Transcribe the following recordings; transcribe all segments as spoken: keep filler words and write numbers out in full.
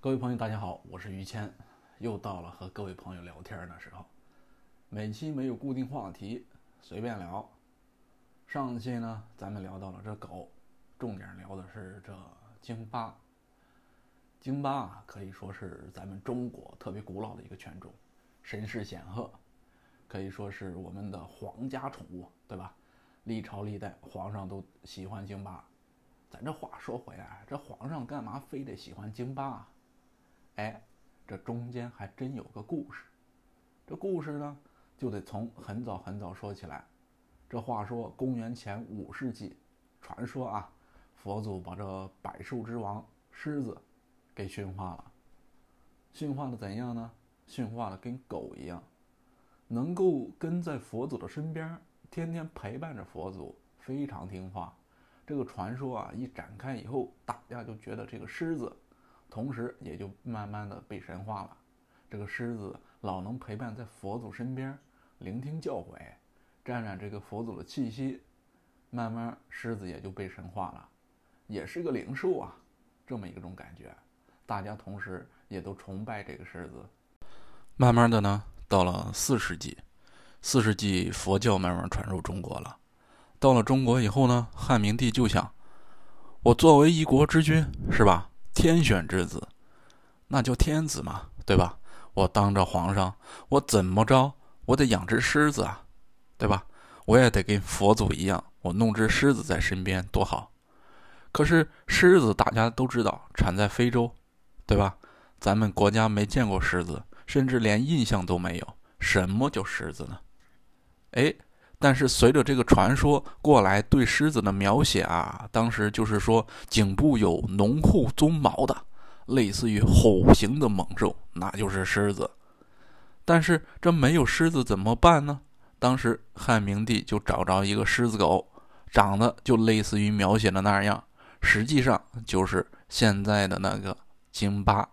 各位朋友大家好，我是于谦，又到了和各位朋友聊天的时候。每期没有固定话题，随便聊。上期呢咱们聊到了这狗，重点聊的是这京巴。京巴啊可以说是咱们中国特别古老的一个犬种，身世显赫，可以说是我们的皇家宠物，对吧？历朝历代皇上都喜欢京巴。咱这话说回来，这皇上干嘛非得喜欢京巴啊？哎，这中间还真有个故事。这故事呢，就得从很早很早说起来。这话说公元前五世纪，传说啊，佛祖把这百兽之王狮子给驯化了。驯化的怎样呢？驯化的跟狗一样，能够跟在佛祖的身边，天天陪伴着佛祖，非常听话。这个传说啊，一展开以后，大家就觉得这个狮子同时也就慢慢的被神化了。这个狮子老能陪伴在佛祖身边，聆听教诲，沾染这个佛祖的气息，慢慢狮子也就被神化了，也是个灵兽啊，这么一种感觉。大家同时也都崇拜这个狮子。慢慢的呢，到了四世纪，四世纪佛教慢慢传入中国了。到了中国以后呢，汉明帝就想，我作为一国之君，是吧？天选之子，那叫天子嘛，对吧？我当着皇上，我怎么着，我得养只狮子啊，对吧？我也得跟佛祖一样，我弄只狮子在身边多好。可是狮子大家都知道产在非洲，对吧？咱们国家没见过狮子，甚至连印象都没有。什么叫狮子呢？哎，但是随着这个传说过来，对狮子的描写啊，当时就是说颈部有浓厚鬃毛的，类似于吼形的猛兽，那就是狮子。但是这没有狮子怎么办呢？当时汉明帝就找着一个狮子狗，长得就类似于描写的那样，实际上就是现在的那个京巴。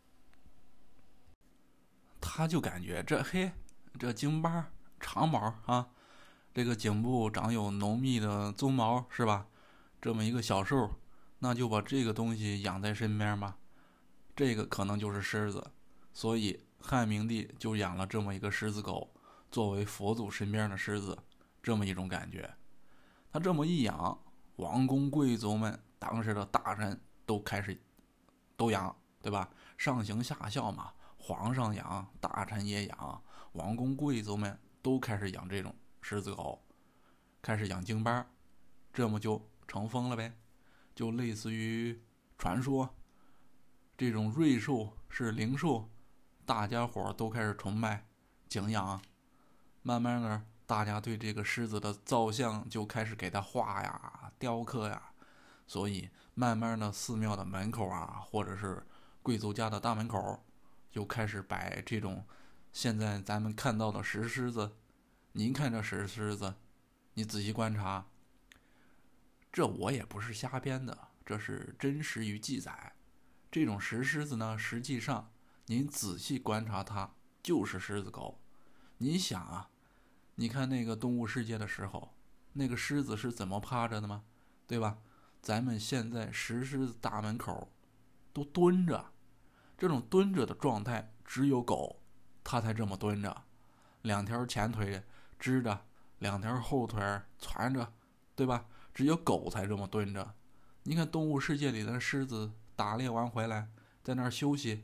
他就感觉这嘿，这京巴长毛啊，这个颈部长有浓密的鬃毛，是吧？这么一个小兽，那就把这个东西养在身边吧。这个可能就是狮子，所以汉明帝就养了这么一个狮子狗，作为佛祖身边的狮子，这么一种感觉。他这么一养，王公贵族们当时的大臣都开始都养，对吧？上行下效嘛，皇上养，大臣也养，王公贵族们都开始养这种狮子狗，开始养京巴，这么就成风了呗。就类似于传说，这种瑞兽是灵兽，大家伙都开始崇拜敬仰。慢慢的，大家对这个狮子的造像就开始给它画呀、雕刻呀，所以慢慢的，寺庙的门口啊，或者是贵族家的大门口，就开始摆这种现在咱们看到的石狮子。您看这石狮子，你仔细观察，这我也不是瞎编的，这是真实于记载。这种石狮子呢，实际上您仔细观察它，就是狮子狗。你想啊，你看那个动物世界的时候，那个狮子是怎么趴着的吗？对吧？咱们现在石狮子大门口都蹲着，这种蹲着的状态只有狗，它才这么蹲着，两条前腿支着，两条后腿攒着，对吧？只有狗才这么蹲着。你看动物世界里的狮子打猎完回来，在那儿休息，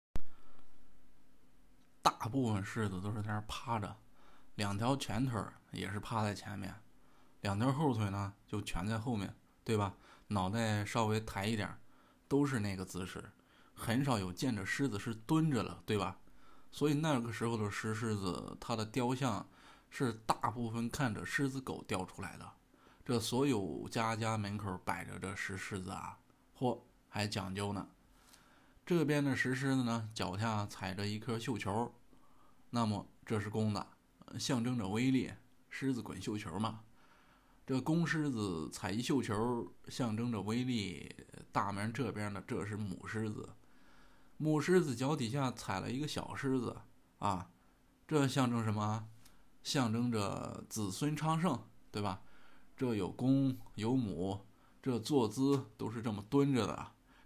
大部分狮子都是在那儿趴着，两条前腿也是趴在前面，两条后腿呢就蜷在后面，对吧？脑袋稍微抬一点，都是那个姿势，很少有见着狮子是蹲着了，对吧？所以那个时候的石狮子，它的雕像是大部分看着狮子狗雕出来的。这所有家家门口摆着这石狮子啊，嚯，还讲究呢。这边的石狮子呢，脚下踩着一颗绣球，那么这是公的，象征着威力，狮子滚绣球嘛。这公狮子踩一绣球，象征着威力。大门这边的这是母狮子，母狮子脚底下踩了一个小狮子啊，这象征什么？象征着子孙昌盛，对吧？这有公有母，这坐姿都是这么蹲着的，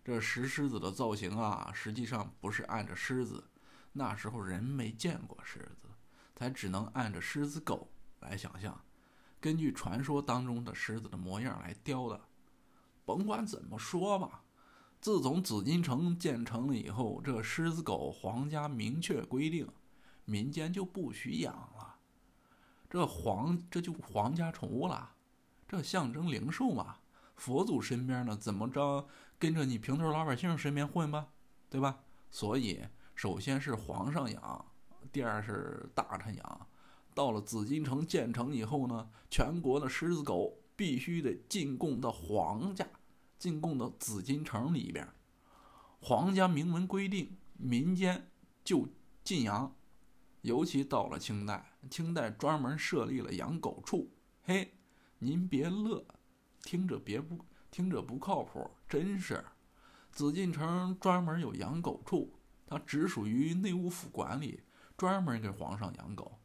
这石狮子的造型啊，实际上不是按着狮子，那时候人没见过狮子，才只能按着狮子狗来想象，根据传说当中的狮子的模样来雕的。甭管怎么说吧，自从紫禁城建成了以后，这狮子狗皇家明确规定，民间就不许养了。这皇这就皇家宠物了，这象征灵兽嘛。佛祖身边呢，怎么着跟着你平头老百姓身边混吧，对吧？所以首先是皇上养，第二是大臣养。到了紫禁城建成以后呢，全国的狮子狗必须得进贡到皇家，进贡到紫禁城里边。皇家明文规定，民间就禁养。尤其到了清代，清代专门设立了养狗处。嘿，您别乐，听着别不听着不靠谱，真是。紫禁城专门有养狗处，它只属于内务府管理，专门给皇上养狗。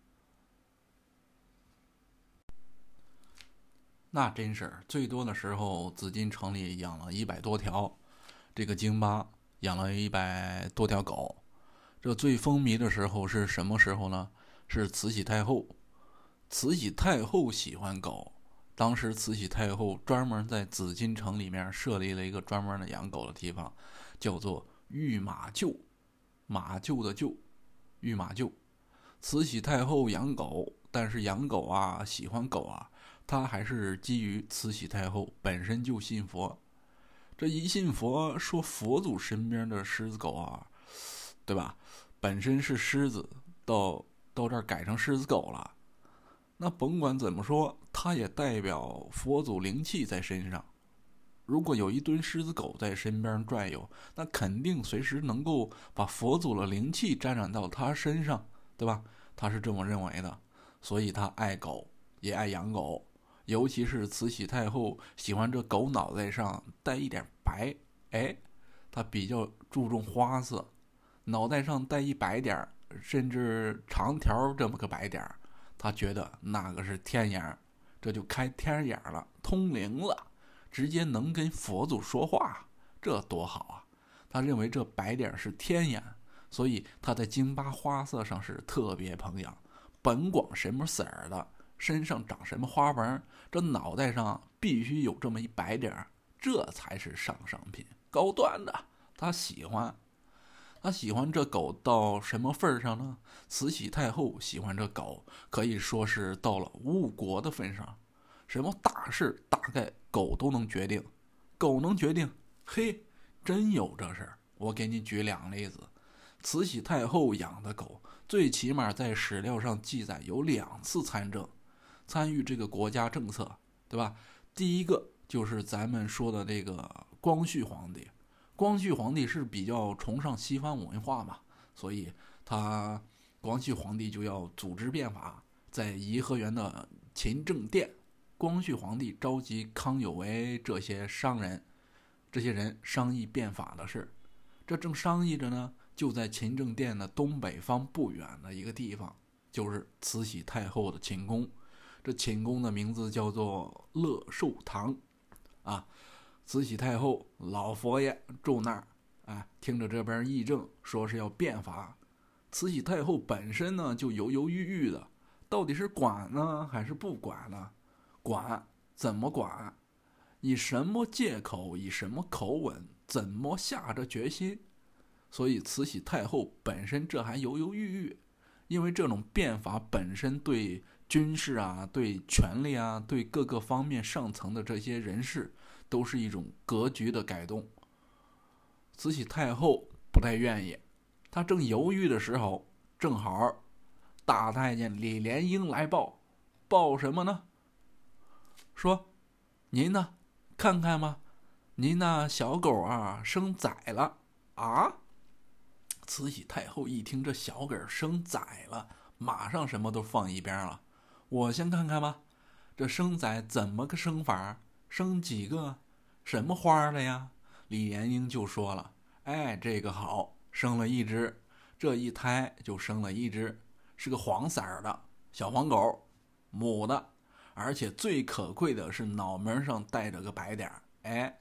那真是最多的时候，紫禁城里养了一百多条，这个京巴养了一百多条狗。这最风靡的时候是什么时候呢？是慈禧太后。慈禧太后喜欢狗，当时慈禧太后专门在紫禁城里面设立了一个专门的养狗的地方，叫做御马厩，马厩的厩，御马厩。慈禧太后养狗，但是养狗啊，喜欢狗啊，她还是基于慈禧太后本身就信佛。这一信佛，说佛祖身边的狮子狗啊，对吧？本身是狮子，到到这儿改成狮子狗了。那甭管怎么说，它也代表佛祖灵气在身上。如果有一堆狮子狗在身边转悠，那肯定随时能够把佛祖的灵气沾染到他身上，对吧？他是这么认为的，所以他爱狗，也爱养狗。尤其是慈禧太后喜欢这狗脑袋上带一点白，哎，他比较注重花色，脑袋上带一白点，甚至长条这么个白点，他觉得那个是天眼，这就开天眼了，通灵了，直接能跟佛祖说话，这多好啊！他认为这白点是天眼，所以他在京巴花色上是特别捧养，甭管什么色儿的，身上长什么花纹，这脑袋上必须有这么一白点，这才是上上品，高端的。他喜欢。他喜欢这狗到什么份上呢？慈禧太后喜欢这狗，可以说是到了误国的份上。什么大事大概狗都能决定，狗能决定，嘿，真有这事儿。我给你举两个例子。慈禧太后养的狗，最起码在史料上记载有两次参政，参与这个国家政策，对吧？第一个就是咱们说的这个光绪皇帝。光绪皇帝是比较崇尚西方文化嘛，所以他光绪皇帝就要组织变法，在颐和园的勤政殿，光绪皇帝召集康有为这些商人，这些人商议变法的事。这正商议着呢，就在勤政殿的东北方不远的一个地方，就是慈禧太后的寝宫。这寝宫的名字叫做乐寿堂啊。慈禧太后老佛爷住那儿，哎，听着这边议政，说是要变法。慈禧太后本身呢就犹犹豫豫的，到底是管呢还是不管呢？管怎么管？以什么借口？以什么口吻？怎么下着决心？所以慈禧太后本身这还犹犹豫豫，因为这种变法本身对军事啊、对权力啊、对各个方面上层的这些人士，都是一种格局的改动。慈禧太后不太愿意，她正犹豫的时候，正好大太监李莲英来报，报什么呢？说您呢，看看吧，您那小狗啊生崽了啊！慈禧太后一听这小狗生崽了，马上什么都放一边了。我先看看吧，这生崽怎么个生法？生几个？什么花的呀？李莲英就说了，哎，这个好，生了一只，这一胎就生了一只，是个黄色的小黄狗，母的，而且最可贵的是脑门上带着个白点，哎，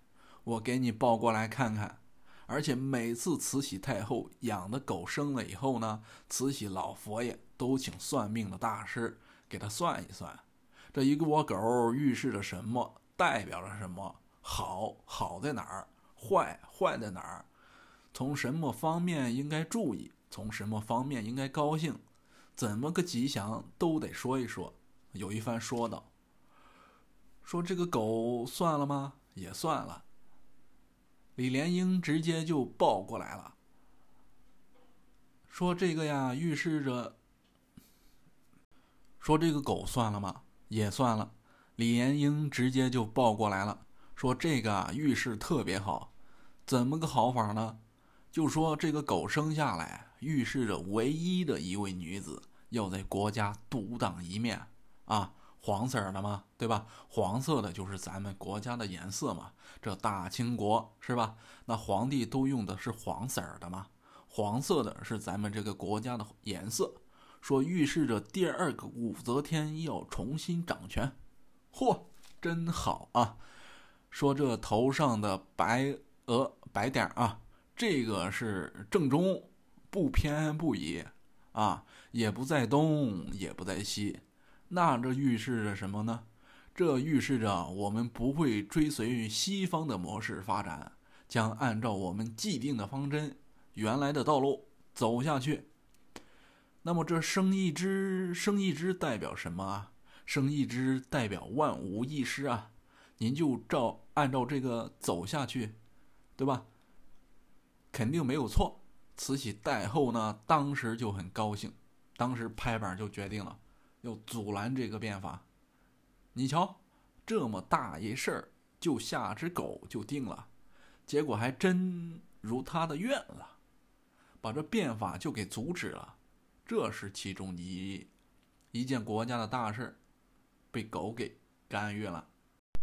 我给你抱过来看看。而且每次慈禧太后养的狗生了以后呢，慈禧老佛爷都请算命的大师给他算一算，这一个窝狗预示着什么，代表着什么，好好在哪儿，坏坏在哪儿，从什么方面应该注意，从什么方面应该高兴，怎么个吉祥都得说一说。有一番说道，说这个狗算了吗？也算了。李莲英直接就抱过来了，说这个呀预示着，说这个狗算了吗？也算了。李莲英直接就抱过来了，说这个啊预示特别好。怎么个好法呢？就说这个狗生下来预示着唯一的一位女子要在国家独当一面啊，黄色的嘛，对吧？黄色的就是咱们国家的颜色嘛，这大清国是吧？那皇帝都用的是黄色的嘛，黄色的是咱们这个国家的颜色，说预示着第二个武则天要重新掌权。嚯，真好啊！说这头上的白额白点啊，这个是正中，不偏不倚啊，也不在东，也不在西。那这预示着什么呢？这预示着我们不会追随西方的模式发展，将按照我们既定的方针原来的道路走下去。那么这生一只生一只代表什么啊？生一只代表万无一失啊！您就照按照这个走下去，对吧？肯定没有错。慈禧太后呢，当时就很高兴，当时拍板就决定了要阻拦这个变法。你瞧，这么大一事儿，就下只狗就定了，结果还真如他的愿了，把这变法就给阻止了。这是其中一一件国家的大事，被狗给干预了。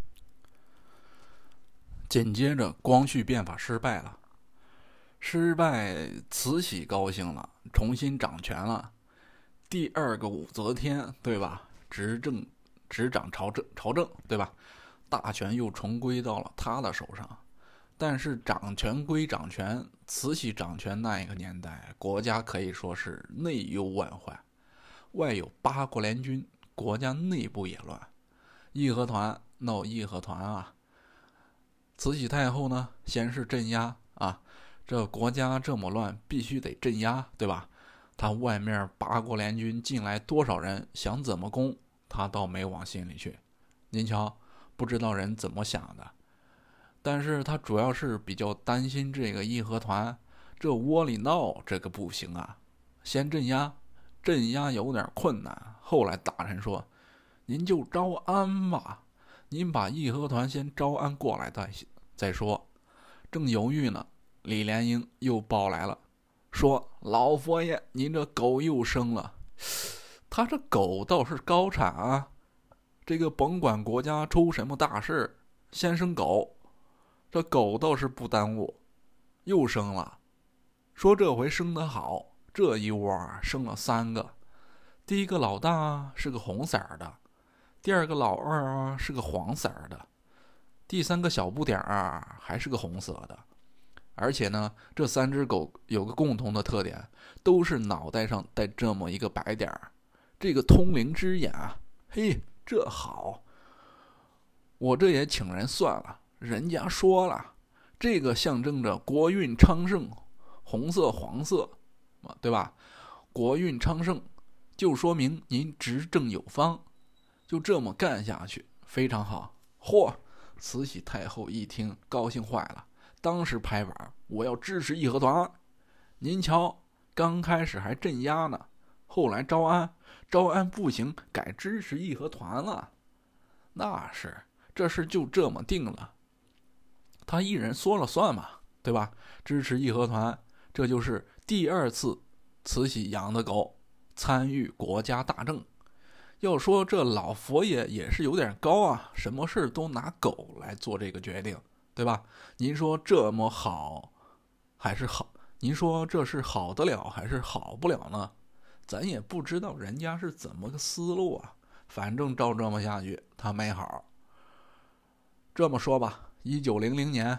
紧接着，光绪变法失败了，失败，慈禧高兴了，重新掌权了。第二个武则天，对吧？执政，执掌朝政，朝政，对吧？大权又重归到了他的手上。但是掌权归掌权，慈禧掌权那一个年代，国家可以说是内忧外患，外有八国联军，国家内部也乱。义和团闹义和团啊，慈禧太后呢，先是镇压啊，这国家这么乱，必须得镇压，对吧？他外面八国联军进来多少人，想怎么攻，他倒没往心里去。您瞧，不知道人怎么想的。但是他主要是比较担心这个义和团，这窝里闹，这个不行啊。先镇压，镇压有点困难。后来大臣说，您就招安吧，您把义和团先招安过来再再说。正犹豫呢，李莲英又报来了，说老佛爷，您这狗又生了。他这狗倒是高产啊，这个甭管国家出什么大事，先生狗。这狗倒是不耽误，又生了。说这回生得好，这一窝生了三个。第一个老大是个红色的，第二个老二是个黄色的，第三个小不点儿还是个红色的。而且呢，这三只狗有个共同的特点，都是脑袋上带这么一个白点儿，这个通灵之眼啊，嘿，这好。我这也请人算了。人家说了，这个象征着国运昌盛，红色黄色，对吧？国运昌盛，就说明您执政有方，就这么干下去，非常好。嚯！慈禧太后一听，高兴坏了，当时拍板，我要支持义和团。您瞧，刚开始还镇压呢，后来招安，招安不行，改支持义和团了。那是，这事就这么定了。他一人说了算嘛，对吧？支持义和团，这就是第二次慈禧养的狗参与国家大政。要说这老佛爷也是有点高啊，什么事都拿狗来做这个决定，对吧？您说这么好还是好？您说这是好得了还是好不了呢？咱也不知道人家是怎么个思路啊。反正照这么下去，他没好。这么说吧，一九零零年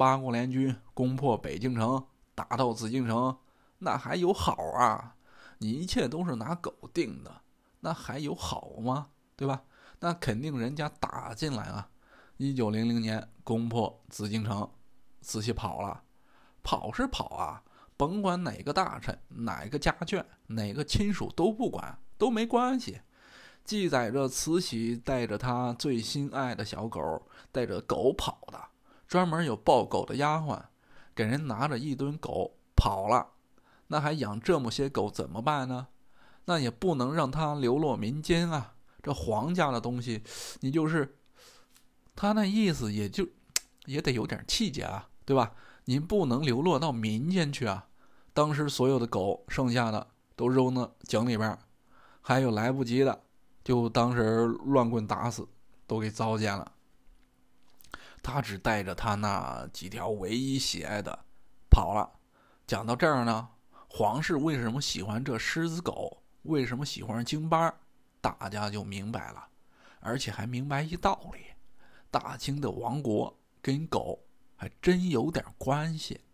八国联军攻破北京城，打到紫禁城，那还有好啊？你一切都是拿狗定的，那还有好吗？对吧？那肯定人家打进来啊！一九零零年攻破紫禁城，慈禧跑了，跑是跑啊，甭管哪个大臣、哪个家眷、哪个亲属都不管，都没关系。记载着慈禧带着她最心爱的小狗，带着狗跑的，专门有抱狗的丫鬟，给人拿着一吨狗跑了。那还养这么些狗怎么办呢？那也不能让它流落民间啊！这皇家的东西，你就是他那意思，也就也得有点气节啊，对吧？你不能流落到民间去啊！当时所有的狗，剩下的都扔到井里边，还有来不及的，就当时乱棍打死，都给糟践了。他只带着他那几条唯一喜爱的跑了。讲到这儿呢，皇室为什么喜欢这狮子狗，为什么喜欢京巴，大家就明白了。而且还明白一道理，大清的亡国跟狗还真有点关系。